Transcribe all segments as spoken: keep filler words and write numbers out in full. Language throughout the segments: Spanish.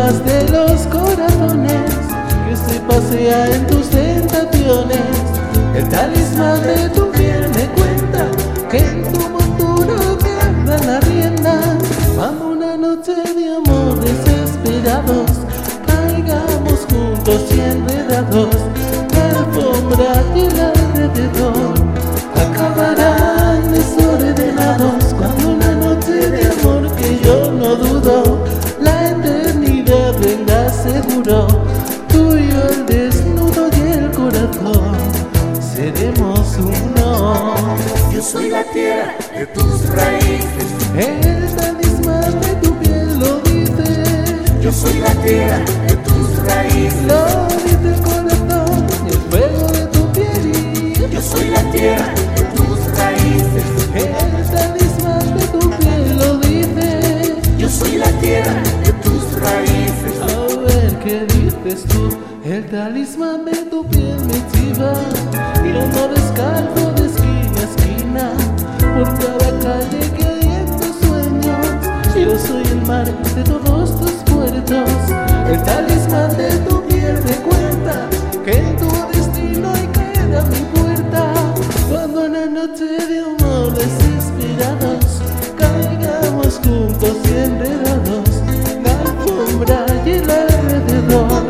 más de los corazones que se pasea en tus tentaciones. El talismán de tu piel me cuenta que en tu montura queda la rienda. Cuando una noche de amor desesperados caigamos juntos y enredados, la alfombra y el alrededor acabarán desordenados. Cuando una noche de amor que yo no dudo, la eternidad venga seguro, tú y yo el desnudo y el corazón seremos uno. Yo soy la tierra de tus raíces, El talismán de tu piel lo dice. yo soy la tierra de tus raíces, Lo dice el corazón y el fuego de tu piel. yo soy la tierra de tus raíces, El talismán de tu piel lo dice. yo soy la tierra de tus raíces, A ver qué dices tú. El talismán de tu piel me chiva y ando descalzo de esquina a esquina por cada calle que hay en tus sueños. Yo soy el mar de todos tus puertos. El talismán de tu piel me cuenta que en tu destino hay queda mi puerta. Cuando en la noche de amor desesperados caigamos juntos y enredados, la alfombra y el alrededor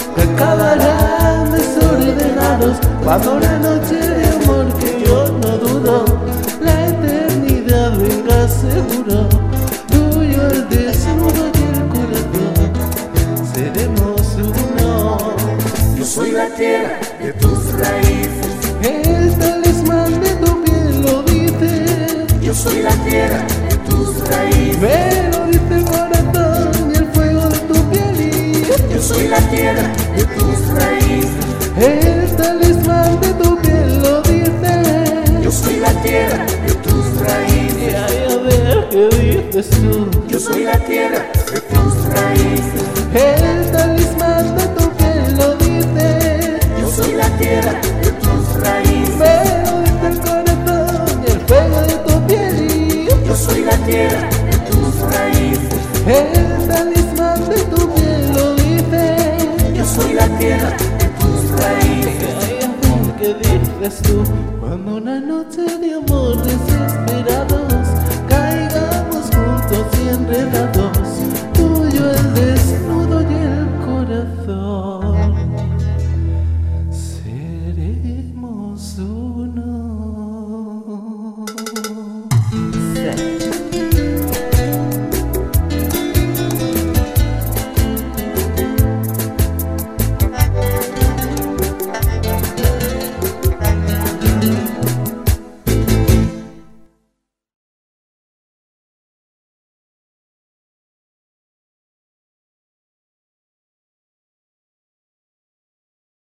acabarán desordenados. Cuando la noche de amor que yo no dudo, la eternidad venga seguro, tú y yo el desnudo y el corazón seremos uno. yo soy la tierra de tus raíces, El talismán de tu piel lo dice. yo soy la tierra de tus raíces, Me lo dice el corazón y el fuego de tu piel. yo soy la tierra de tus raíces, El talismán de tu piel lo dice. yo soy la tierra de tus Y raíces, ay, a ver qué dices tú. yo soy la tierra de tus raíces, El talismán de tu piel lo dice. yo soy la tierra de tus raíces, Me lo dice el corazón y el fuego de tu piel. yo soy la tierra de tus raíces, El talismán de tu piel lo dice. yo soy la tierra de tus raíces, Ay, a ver qué dices tú. Cuando una noche de amor desespera